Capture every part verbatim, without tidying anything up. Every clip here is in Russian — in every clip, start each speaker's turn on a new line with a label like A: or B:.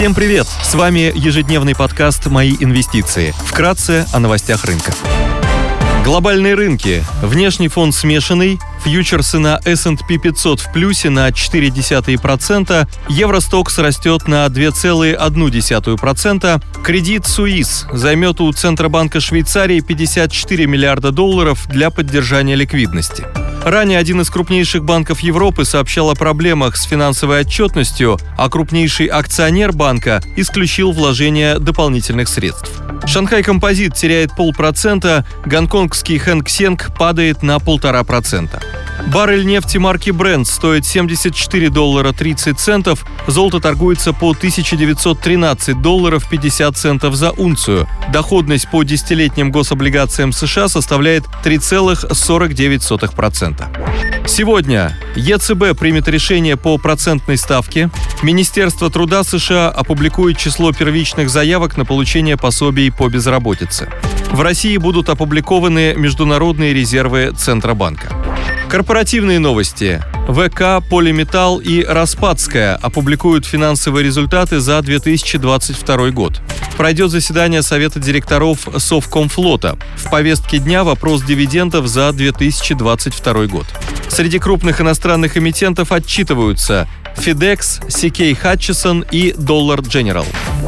A: Всем привет! С вами ежедневный подкаст «Мои инвестиции». Вкратце о новостях рынка. Глобальные рынки. Внешний фон смешанный. Фьючерсы на эс энд пи пятьсот в плюсе на ноль целых четыре десятых процента. Евростокс растет на два целых одна десятая процента. Кредит Суис займет у Центробанка Швейцарии пятьдесят четыре миллиарда долларов для поддержания ликвидности. Ранее один из крупнейших банков Европы сообщал о проблемах с финансовой отчетностью, а крупнейший акционер банка исключил вложение дополнительных средств. Шанхай Композит теряет полпроцента, гонконгский Хэнк Сенг падает на полтора процента. Баррель нефти марки Brent стоит семьдесят четыре доллара тридцать центов, золото торгуется по тысяча девятьсот тринадцать долларов пятьдесят центов за унцию. Доходность по десятилетним гособлигациям США составляет три целых сорок девять сотых процента. Сегодня е цэ бэ примет решение по процентной ставке. Министерство труда США опубликует число первичных заявок на получение пособий по безработице. В России будут опубликованы международные резервы Центробанка. Корпоративные новости. вэ ка, Полиметалл и Распадская опубликуют финансовые результаты за две тысячи двадцать второй год. Пройдет заседание Совета директоров Совкомфлота. В повестке дня вопрос дивидендов за две тысячи двадцать второй год. Среди крупных иностранных эмитентов отчитываются FedEx, си кей Hutchison и Dollar General.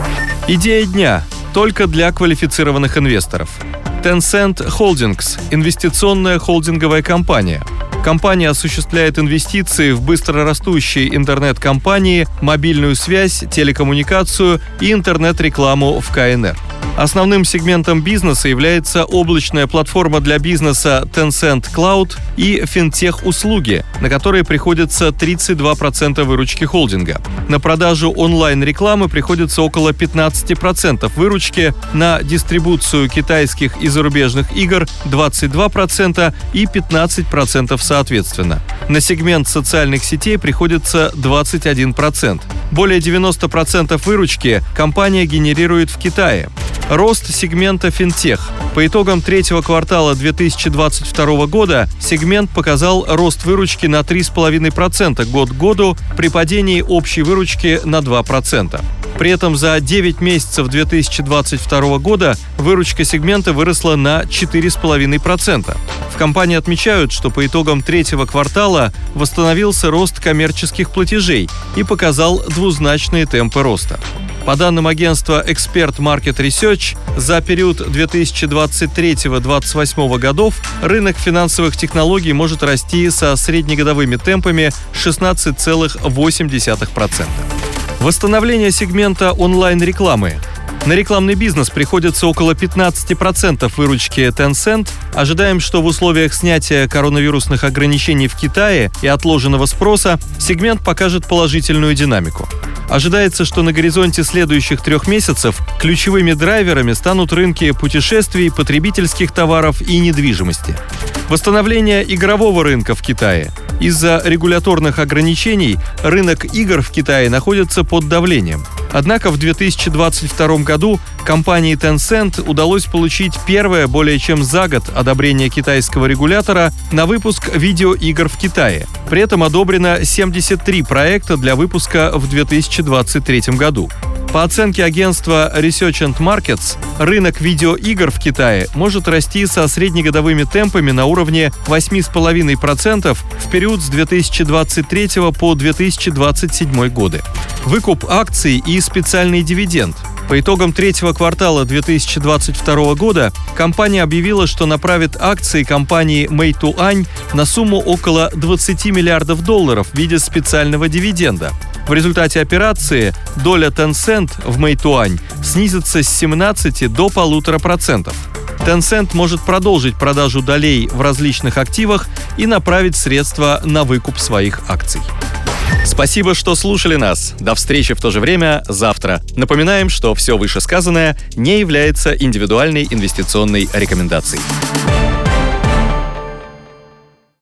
A: Идея дня только для квалифицированных инвесторов. Tencent Holdings – инвестиционная холдинговая компания. Компания осуществляет инвестиции в быстрорастущие интернет-компании, мобильную связь, телекоммуникацию и интернет-рекламу в ка эн эр. Основным сегментом бизнеса является облачная платформа для бизнеса Tencent Cloud и финтех-услуги, на которые приходится тридцать два процента выручки холдинга. На продажу онлайн-рекламы приходится около пятнадцать процентов выручки, на дистрибуцию китайских и зарубежных игр двадцать два процента и пятнадцать процентов соответственно. На сегмент социальных сетей приходится двадцать один процент. Более девяносто процентов выручки компания генерирует в Китае. Рост сегмента финтех. По итогам третьего квартала две тысячи двадцать второго года сегмент показал рост выручки на три целых пять десятых процента год к году при падении общей выручки на два процента. При этом за девять месяцев две тысячи двадцать второго года выручка сегмента выросла на четыре целых пять десятых процента. В компании отмечают, что по итогам третьего квартала восстановился рост коммерческих платежей и показал двузначные темпы роста. По данным агентства Expert Market Research, за период две тысячи двадцать третьего — две тысячи двадцать восьмого годов рынок финансовых технологий может расти со среднегодовыми темпами шестнадцать целых восемь десятых процента. Восстановление сегмента онлайн-рекламы. На рекламный бизнес приходится около пятнадцать процентов выручки Tencent. Ожидаем, что в условиях снятия коронавирусных ограничений в Китае и отложенного спроса сегмент покажет положительную динамику. Ожидается, что на горизонте следующих трех месяцев ключевыми драйверами станут рынки путешествий, потребительских товаров и недвижимости. Восстановление игрового рынка в Китае. Из-за регуляторных ограничений рынок игр в Китае находится под давлением. Однако в две тысячи двадцать втором году компании Tencent удалось получить первое более чем за год одобрение китайского регулятора на выпуск видеоигр в Китае. При этом одобрено семьдесят три проекта для выпуска в две тысячи двадцать третьем году. По оценке агентства Research and Markets, рынок видеоигр в Китае может расти со среднегодовыми темпами на уровне восемь целых пять десятых процента в период с две тысячи двадцать третьего по две тысячи двадцать седьмой годы. Выкуп акций и специальный дивиденд. По итогам третьего квартала две тысячи двадцать второго года компания объявила, что направит акции компании Meituan на сумму около двадцать миллиардов долларов в виде специального дивиденда. В результате операции доля Tencent в Meituan снизится с семнадцати до полутора процентов. Tencent может продолжить продажу долей в различных активах и направить средства на выкуп своих акций. Спасибо, что слушали нас. До встречи в то же время завтра. Напоминаем, что все вышесказанное не является индивидуальной инвестиционной рекомендацией.